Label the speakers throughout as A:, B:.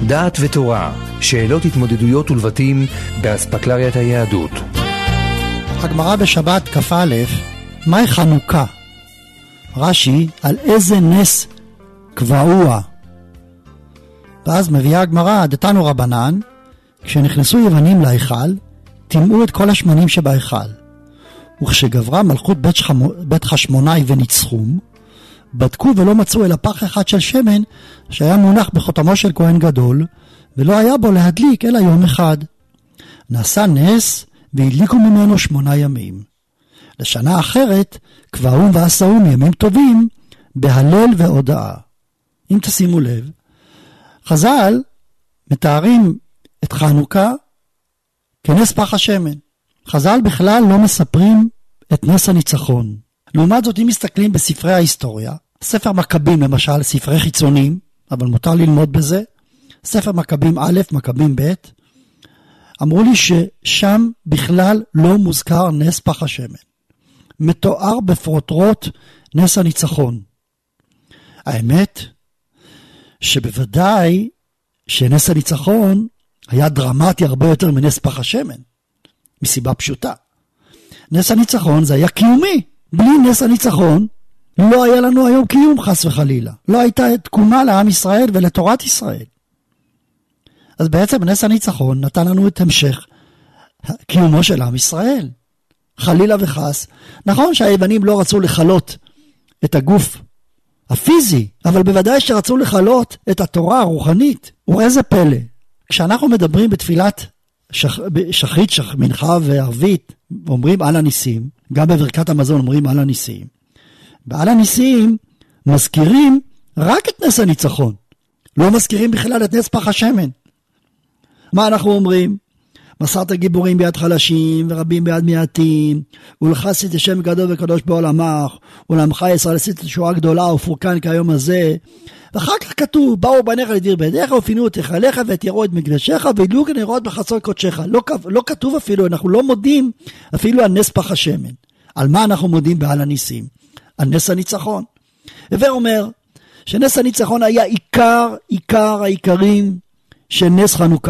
A: דעת ותורה, שאלות התמודדויות ולבטים באספקלריית היהדות.
B: הגמרא בשבת כ"א, מהי חנוכה? רש"י, על איזה נס קבעוה? ואז מביאה הגמרא, דתנו רבנן, כשנכנסו יוונים להיכל, טימאו את כל השמנים שבהיכל. וכשגברה מלכות בית חשמונאי וניצחום, בדקו ולא מצאו אלא פח אחד של שמן שהיה מונח בחותמו של כהן גדול, ולא היה בו להדליק אלא יום אחד. נעשה נס והדליקו ממנו 8 ימים. לשנה אחרת קבעום ועשאום ימים טובים בהלל והודאה. אם תשימו לב, חז"ל מתארים את חנוכה כנס פח השמן. חז"ל בכלל לא מספרים את נס הניצחון. לעומת זאת, אם מסתכלים בספרי ההיסטוריה, ספר מכבים למשל, ספרי חיצונים, אבל מותר ללמוד בזה, ספר מכבים א', מכבים ב', אמרו לי ששם בכלל לא מוזכר נס פח השמן. מתואר בפרוטרוט נס הניצחון. האמת שבוודאי שנס הניצחון היה דרמטי הרבה יותר מנס פח השמן, מסיבה פשוטה. נס הניצחון זה היה קיומי. בלי נס הניצחון לא היה לנו היום קיום, חס וחלילה. לא הייתה תקומה לעם ישראל ולתורת ישראל. אז בעצם נס הניצחון נתן לנו את המשך קיומו של עם ישראל. חלילה וחס. נכון שהיוונים לא רצו לחלות את הגוף הפיזי, אבל בוודאי שרצו לחלות את התורה הרוחנית. ואיזה פלא. כשאנחנו מדברים בתפילת שחרית, מנחה וערבית, אומרים על הניסים, גם בברכת המזון אומרים על הניסים. ועל הניסים מזכירים רק את נס הניצחון. לא מזכירים בכלל את נס פח השמן. מה אנחנו אומרים? מסרת גיבורים ביד חלשים ורבים ביד מעטים, ולך עשית השם גדול וקדוש בעולמך, ולעמך ישראל עשית תשועה גדולה ופורקן כיום הזה. ואחר כך כתוב, באו בניך לדיר בידיך ופינו את היכליך ואת יראו את מקדשך והדליקו נרות בחצות קודשך. לא כתוב אפילו, אנחנו לא מודים אפילו על נס פח השמן. על מה אנחנו מודים בעל הניסים? על נס הניצחון. הווה אומר שנס הניצחון היה עיקר העיקרים של נס חנוכה.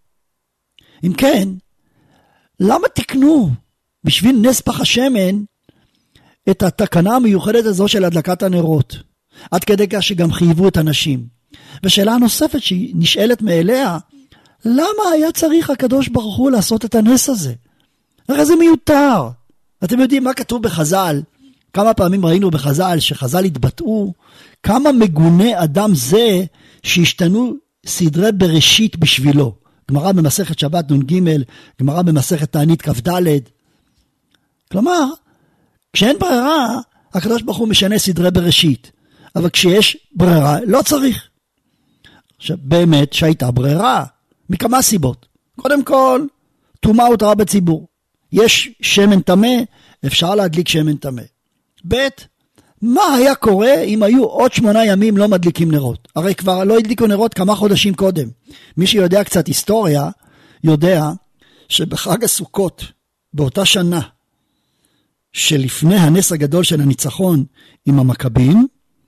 B: אם כן, למה תקנו בשביל נס פח השמן את התקנה המיוחדת הזו של הדלקת הנרות? עד כדי כך שגם חייבו את הנשים. ושאלה נוספת שהיא נשאלת מאליה, למה היה צריך הקדוש ברוך הוא לעשות את הנס הזה? הרי זה מיותר. אתם יודעים מה כתוב בחז"ל? כמה פעמים ראינו בחז"ל שחז"ל התבטאו, כמה מגונה אדם זה שהשתנו סדרי בראשית בשבילו. גמרא במסכת שבת נ"ג, גמרא במסכת תענית כ"ד. כלומר, כשאין ברירה, הקדוש ברוך הוא משנה סדרי בראשית. אבל כשיש ברירה, לא צריך. עכשיו, באמת שהייתה ברירה, מכמה סיבות. קודם כל, טומאה הותרה בציבור. יש שמן טמא, אפשר להדליק שמן טמא. ב', מה היה קורה אם היו עוד 8 ימים לא מדליקים נרות? הרי כבר לא הדליקו נרות כמה חודשים קודם. מי שיודע קצת היסטוריה, יודע שבחג הסוכות, באותה שנה, שלפני הנס הגדול של הניצחון עם המכבים,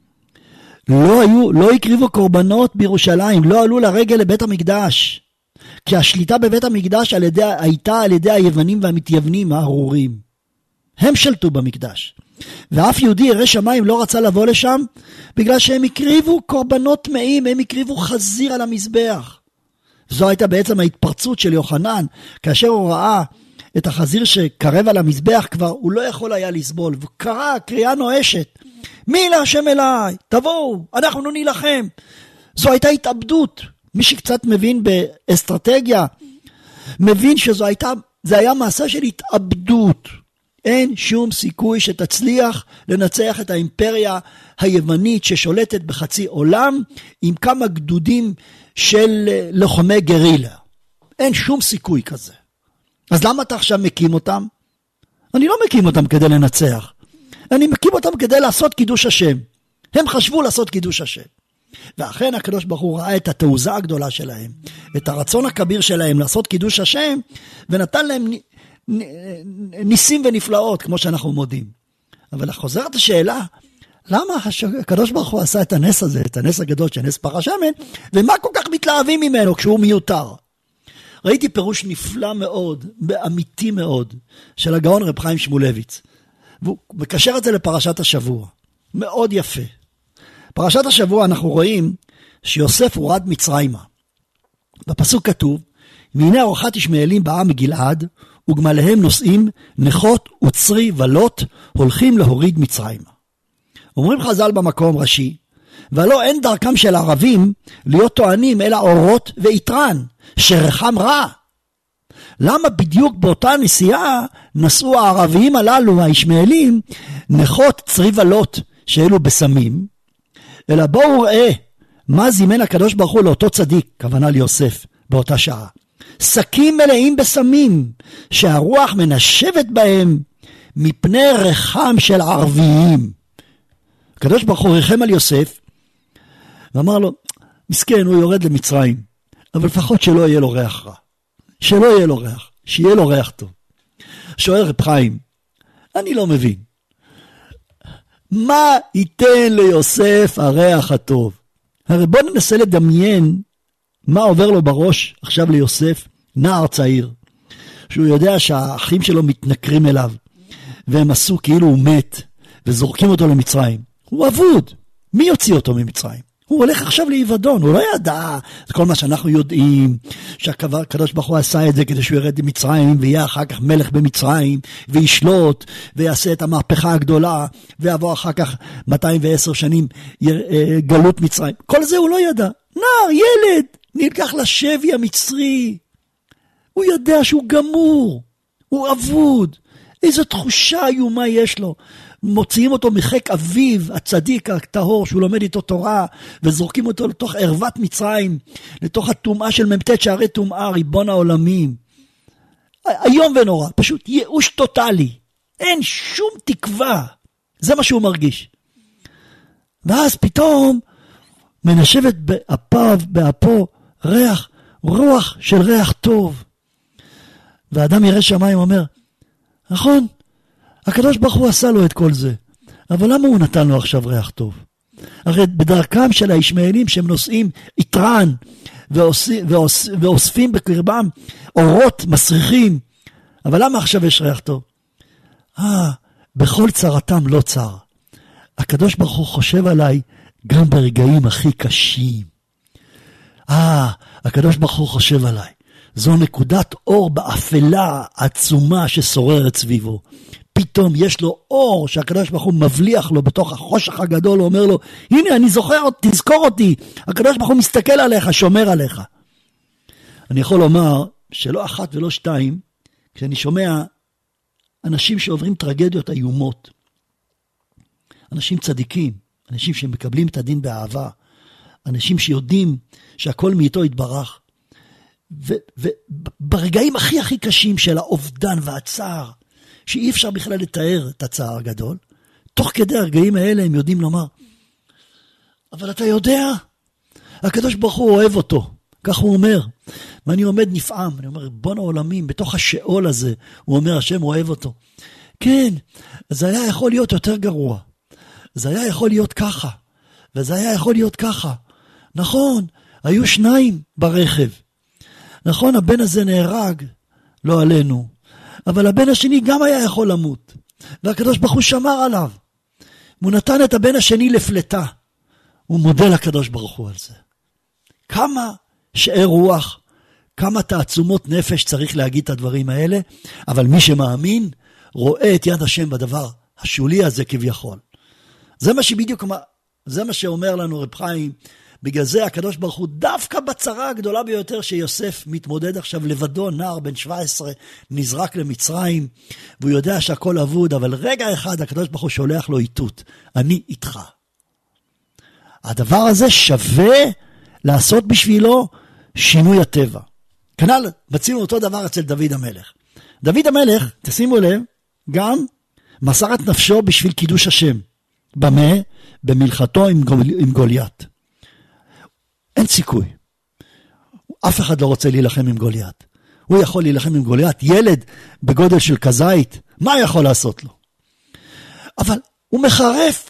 B: לא הקריבו קורבנות בירושלים, לא עלו לרגל לבית המקדש. כי השליטה בבית המקדש הייתה על ידי היוונים והמתייוונים הארורים. הם שלטו במקדש. ואף יהודי ירא שמיים לא רצה לבוא לשם, בגלל שהם הקריבו קורבנות טמאים, הם הקריבו חזיר על המזבח. זו הייתה בעצם ההתפרצות של יוחנן, כאשר הוא ראה את החזיר שקרב על המזבח כבר, הוא לא יכול היה לסבול, וקרא קריאה נואשת, מי להשם אליי? תבואו, אנחנו נילחם. זו הייתה התאבדות. מי שקצת מבין באסטרטגיה, מבין שזה היה מעשה של התאבדות. אין שום סיכוי שתצליח לנצח את האימפריה היוונית ששולטת בחצי עולם, עם כמה גדודים של לוחמי גרילה. אין שום סיכוי כזה. אז למה אתה עכשיו מקים אותם? אני לא מקים אותם כדי לנצח. אני מקים אותם כדי לעשות קידוש השם. הם חשבו לעשות קידוש השם. ואכן הקדוש ברוך הוא ראה את התעוזה הגדולה שלהם, את הרצון הכביר שלהם לעשות קידוש השם, ונתן להם ניסים ונפלאות, כמו שאנחנו מודים. אבל חוזרת השאלה, למה הקדוש ברוך הוא עשה את הנס הזה, את הנס הגדול של נס פח השמן, ומה כל כך מתלהבים ממנו כשהוא מיותר? ראיתי פירוש נפלא מאוד, אמיתי מאוד, של הגאון רב חיים שמואלביץ, והוא מקשר את זה לפרשת השבוע, מאוד יפה. פרשת השבוע אנחנו רואים שיוסף הורד מצרימה. בפסוק כתוב, והנה ארוחת ישמעאלים באה מגלעד, וגמליהם נוסעים נכות וצרי ולוט, הולכים להוריד מצרימה. אומרים חז"ל במקום רש"י, ולא אין דרכם של ערבים להיות טוענים אלא אורות ויתרן, שרחם רע. למה בדיוק באותה נסיעה נסעו הערביים הללו, הישמעאלים, נכות צרי ולוט, שאלו בסמים? אלא בואו ראה מה זימן הקדוש ברוך הוא לאותו צדיק, כוונה ליוסף, באותה שעה. שקים מלאים בסמים, שהרוח מנשבת בהם מפני רחם של ערביים. הקדוש ברוך הוא ריחם על יוסף, ואמר לו, מסכן, הוא יורד למצרים, אבל לפחות שלא יהיה לו ריח רע. שלא יהיה לו ריח, שיהיה לו ריח טוב. שואל רב חיים, אני לא מבין. מה ייתן ליוסף הריח הטוב? הרי בוא ננסה לדמיין מה עובר לו בראש עכשיו ליוסף, נער צעיר, שהוא יודע שהאחים שלו מתנכרים אליו, והם עשו כאילו הוא מת, וזורקים אותו למצרים. הוא אבוד. מי יוציא אותו ממצרים? הוא הולך עכשיו לאבדון, הוא לא ידע את כל מה שאנחנו יודעים, שהקדוש ברוך הוא עשה את זה כדי שהוא ירד למצרים, ויהיה אחר כך מלך במצרים, וישלוט, ויעשה את המהפכה הגדולה, ויעבור אחר כך 210 שנים גלות מצרים. כל זה הוא לא ידע. נער, ילד, נלקח לשבי המצרי. הוא יודע שהוא גמור, הוא אבוד. איזו תחושה איומה יש לו. מוציאים אותו מחק אביו, הצדיק הטהור, שהוא לומד איתו תורה, וזורקים אותו לתוך ערוות מצרים, לתוך הטומאה של ממתת שערי טומאה, ריבון העולמים. היום ונורא, פשוט ייאוש טוטלי. אין שום תקווה. זה מה שהוא מרגיש. ואז פתאום מנשבת באפו רוח של ריח טוב. והאדם ירא שמיים אומר, נכון, הקדוש ברוך הוא עשה לו את כל זה, אבל למה הוא נתן לו עכשיו ריח טוב? הרי בדרכם של הישמעאלים שהם נושאים יתרן ואוספים בקרבם אורות מסריחים, אבל למה עכשיו יש ריח טוב? בכל צרתם לא צר. הקדוש ברוך הוא חושב עליי גם ברגעים הכי קשים. הקדוש ברוך הוא חושב עליי. זו נקודת אור באפלה עצומה ששוררת סביבו. פתאום יש לו אור שהקדוש ברוך הוא מבליח לו בתוך החושך הגדול, הוא אומר לו, הנה אני זוכר, תזכור אותי, הקדוש ברוך הוא מסתכל עליך, שומר עליך. אני יכול לומר שלא אחת ולא שתיים, כשאני שומע אנשים שעוברים טרגדיות איומות, אנשים צדיקים, אנשים שמקבלים את הדין באהבה, אנשים שיודעים שהכל מאיתו יתברך, וברגעים הכי הכי קשים של האובדן והצער, שאי אפשר בכלל לתאר את הצער הגדול, תוך כדי הרגעים האלה הם יודעים לומר, אבל אתה יודע, הקדוש ברוך הוא אוהב אותו, כך הוא אומר, ואני עומד נפעם, אני אומר, בון העולמים, בתוך השאול הזה, הוא אומר, השם אוהב אותו. כן, זה היה יכול להיות יותר גרוע, זה היה יכול להיות ככה, וזה היה יכול להיות ככה. נכון, היו שניים ברכב, נכון, הבן הזה נהרג, לא עלינו, אבל הבן השני גם היה יכול למות, והקדוש ברוך הוא שמר עליו, הוא נתן את הבן השני לפלטה, הוא מודה לקדוש ברוך הוא על זה. כמה שאר רוח, כמה תעצומות נפש צריך להגיד את הדברים האלה, אבל מי שמאמין, רואה את יד השם בדבר השולי הזה כביכול. זה מה שבדיוק, זה מה שאומר לנו רב חיים, בגלל זה הקדוש ברוך הוא דווקא בצרה הגדולה ביותר שיוסף מתמודד עכשיו לבדו, נער בן 17, נזרק למצרים, והוא יודע שהכל אבוד, אבל רגע אחד הקדוש ברוך הוא שולח לו איתות, אני איתך. הדבר הזה שווה לעשות בשבילו שינוי הטבע. כנ"ל, מצינו אותו דבר אצל דוד המלך. דוד המלך, תשימו לב, גם מסר את נפשו בשביל קידוש השם. במה? במלחתו עם גוליית. אין סיכוי. אף אחד לא רוצה להילחם עם גוליית. הוא יכול להילחם עם גוליית, ילד בגודל של כזית, מה יכול לעשות לו? אבל הוא מחרף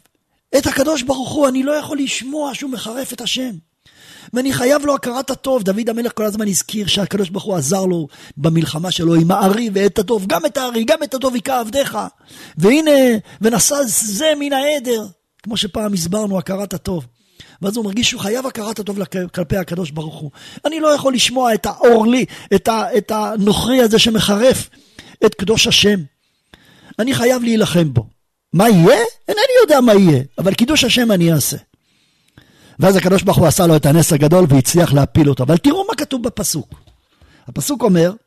B: את הקדוש ברוך הוא, אני לא יכול לשמוע שהוא מחרף את השם. ואני חייב לו הכרת הטוב. דוד המלך כל הזמן הזכיר שהקדוש ברוך הוא עזר לו במלחמה שלו עם הארי ואת הטוב, גם את הארי, גם את הטוב יקע עבדיך. והנה, ונשא זה מן העדר, כמו שפעם הסברנו, הכרת הטוב. ואז הוא מרגיש שהוא חייב הכרת הטוב כלפי הקדוש ברוך הוא. אני לא יכול לשמוע את האורלי, את הנוכרי הזה שמחרף את קדוש השם. אני חייב להילחם בו. מה יהיה? אינני יודע מה יהיה, אבל קידוש השם אני אעשה. ואז הקדוש ברוך הוא עשה לו את הנס הגדול והצליח להפיל אותו. אבל תראו מה כתוב בפסוק. הפסוק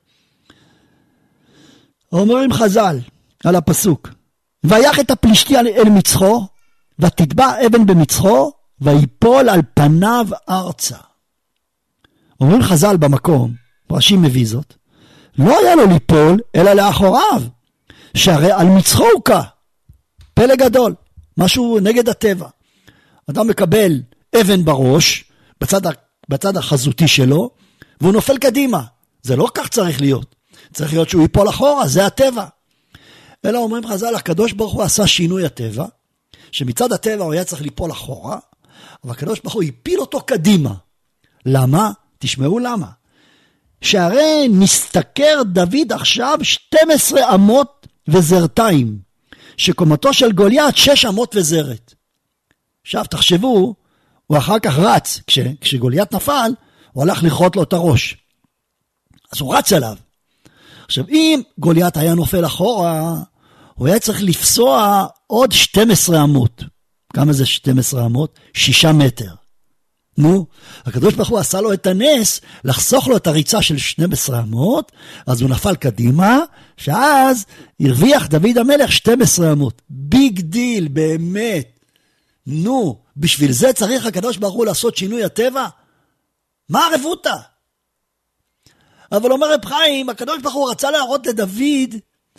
B: אומרים חז"ל על הפסוק, ויך את הפלישתי אל מצחו, ותטבע אבן במצחו, ויפול על פניו ארצה. אומרים חז"ל במקום, רש"י מביא זאת, לא היה לו ליפול, אלא לאחוריו, שהרי על מצחו הוא קע. פלא גדול, משהו נגד הטבע. אדם מקבל אבן בראש, בצד החזותי שלו, והוא נופל קדימה. זה לא כך צריך להיות. צריך להיות שהוא ייפול אחורה, זה הטבע. אלא אומרים חז"ל, הקדוש ברוך הוא עשה שינוי הטבע, שמצד הטבע הוא היה צריך ליפול אחורה, אבל הקדוש ברוך הוא הפיל אותו קדימה. למה? תשמעו למה. שהרי נסתכר דוד עכשיו 12 אמות וזרתיים, שקומתו של גוליית 6 אמות וזרת. עכשיו תחשבו, הוא אחר כך רץ, כשגוליית נפל, הוא הלך לכרות לו את הראש. אז הוא רץ אליו. עכשיו, אם גוליית היה נופל אחורה, הוא היה צריך לפסוע עוד 12 אמות. כמה זה 12 אמות? 6 מטר. נו, הקדוש ברוך הוא עשה לו את הנס, לחסוך לו את הריצה של 12 אמות, אז הוא נפל קדימה, שאז הרוויח דוד המלך 12 אמות. ביג דיל, באמת. נו, בשביל זה צריך הקדוש ברוך הוא לעשות שינוי הטבע? מה הרבותא? אבל אומר רב חיים, הקדוש ברוך הוא רצה להראות לדוד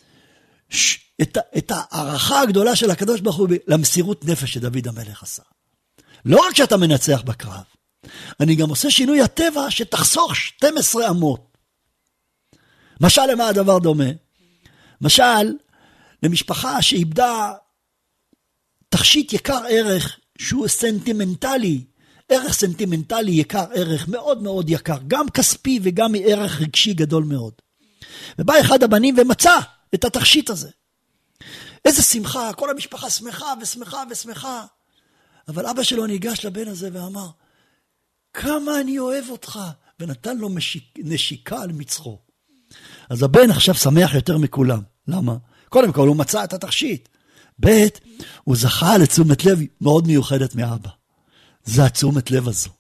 B: את הערכה הגדולה של הקדוש ברוך הוא למסירות נפש שדוד המלך עשה. לא רק שאתה מנצח בקרב, אני גם עושה שינוי הטבע שתחסוך 12 אמות. משל למה הדבר דומה? משל למשפחה שאיבדה תכשיט יקר ערך שהוא סנטימנטלי, ערך סנטימנטלי יקר ערך מאוד מאוד יקר, גם כספי וגם ערך רגשי גדול מאוד. ובא אחד הבנים ומצא את התכשיט הזה. איזה שמחה, כל המשפחה שמחה ושמחה ושמחה. אבל אבא שלו ניגש לבן הזה ואמר, כמה אני אוהב אותך, ונתן לו נשיקה על מצחו. אז הבן עכשיו שמח יותר מכולם. למה? קודם כל הוא מצא את התכשיט. ב' הוא זכה לתשומת לב מאוד מיוחדת מאבא. זה התשומת לב הזו.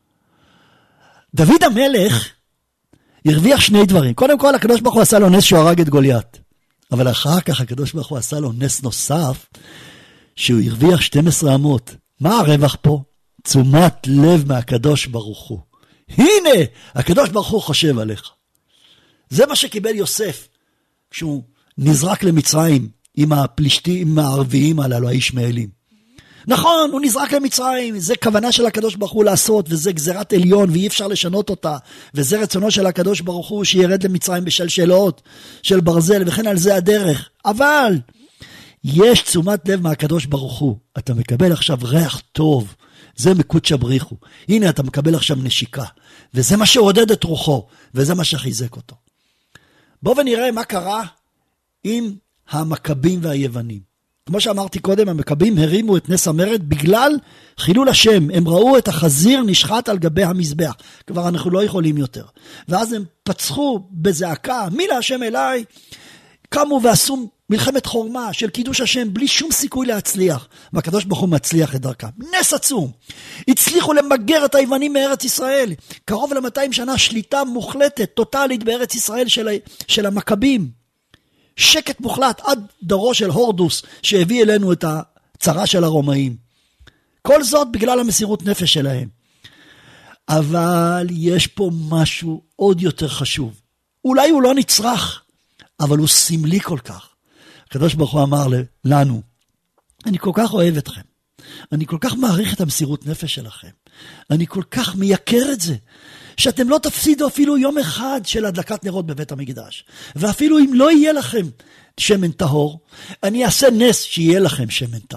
B: דוד המלך הרוויח 2 דברים. קודם כל הקדוש ברוך הוא עשה לו נס שהוא הרג את גוליית. אבל אחר כך הקדוש ברוך הוא עשה לו נס נוסף, שהוא הרוויח 12 אמות. מה הרווח פה? תשומת לב מהקדוש ברוך הוא. הנה, הקדוש ברוך הוא חושב עליך. זה מה שקיבל יוסף, כשהוא נזרק למצרים עם הפלישתים, עם הערביים הללו, הישמעאלים. נכון, הוא נזרק למצרים, זה כוונה של הקדוש ברוך הוא לעשות, וזה גזירת עליון, ואי אפשר לשנות אותה, וזה רצונו של הקדוש ברוך הוא, שירד למצרים בשלשלות של ברזל, וכן על זה הדרך. אבל יש תשומת לב מהקדוש ברוך הוא, אתה מקבל עכשיו ריח טוב, זה מקודשא בריחו, הנה אתה מקבל עכשיו נשיקה, וזה מה שעודד את רוחו, וזה מה שחיזק אותו. בואו ונראה מה קרה עם המכבים והיוונים. כמו שאמרתי קודם, המכבים הרימו את נס המרד בגלל חילול השם. הם ראו את החזיר נשחט על גבי המזבח. כבר אנחנו לא יכולים יותר. ואז הם פצחו בזעקה, מי להשם אליי? קמו ועשו מלחמת חורמה של קידוש השם בלי שום סיכוי להצליח. והקדוש ברוך הוא מצליח את דרכם. נס עצום. הצליחו למגר את היוונים מארץ ישראל. קרוב ל-200 שנה שליטה מוחלטת, טוטלית בארץ ישראל של המכבים. שקט מוחלט עד דורו של הורדוס שהביא אלינו את הצרה של הרומאים. כל זאת בגלל המסירות נפש שלהם. אבל יש פה משהו עוד יותר חשוב. אולי הוא לא נצרך, אבל הוא סמלי כל כך. הקדוש ברוך הוא אמר לנו, אני כל כך אוהב אתכם. אני כל כך מעריך את המסירות נפש שלכם. אני כל כך מייקר את זה. שאתם לא תפסידו אפילו יום אחד של הדלקת נרות בבית המקדש. ואפילו אם לא יהיה לכם שמן טהור, אני אעשה נס שיהיה לכם שמן טהור.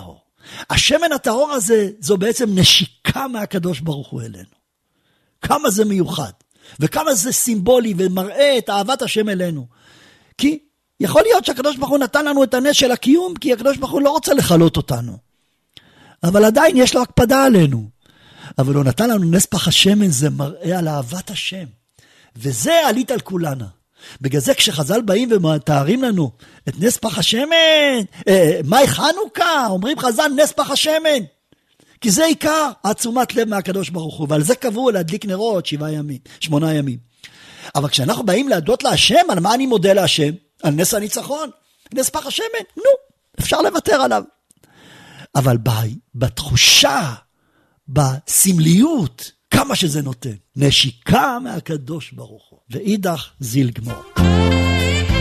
B: השמן הטהור הזה, זו בעצם נשיקה מהקדוש ברוך הוא אלינו. כמה זה מיוחד, וכמה זה סימבולי, ומראה את אהבת השם אלינו. כי יכול להיות שהקדוש ברוך הוא נתן לנו את הנס של הקיום, כי הקדוש ברוך הוא לא רוצה לחלות אותנו. אבל עדיין יש לו הקפדה עלינו. אבל הוא נתן לנו נס פח השמן, זה מראה על אהבת השם. וזה עלית על כולנה. בגלל זה כשחז"ל באים ומתארים לנו את נס פח השמן, מאי חנוכה, אומרים חז"ל נס פח השמן. כי זה עיקר העצומת לב מהקדוש ברוך הוא, ועל זה קבעו להדליק נרות 8 ימים. אבל כשאנחנו באים להודות להשם, על מה אני מודה להשם? על נס הניצחון, נס פח השמן, אפשר לוותר עליו. אבל בתחושה, בסמליות, כמה שזה נותן, נשיקה מהקדוש ברוך הוא, ואידך זיל גמור.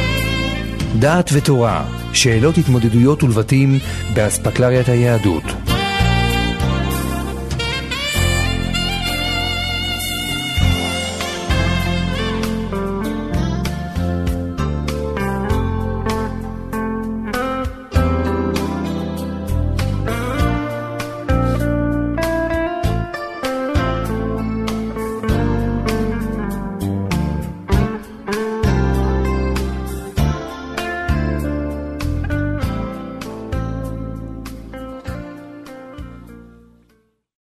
A: דעת ותורה, שאלות התמודדויות ולבטים באספקלריית היהדות.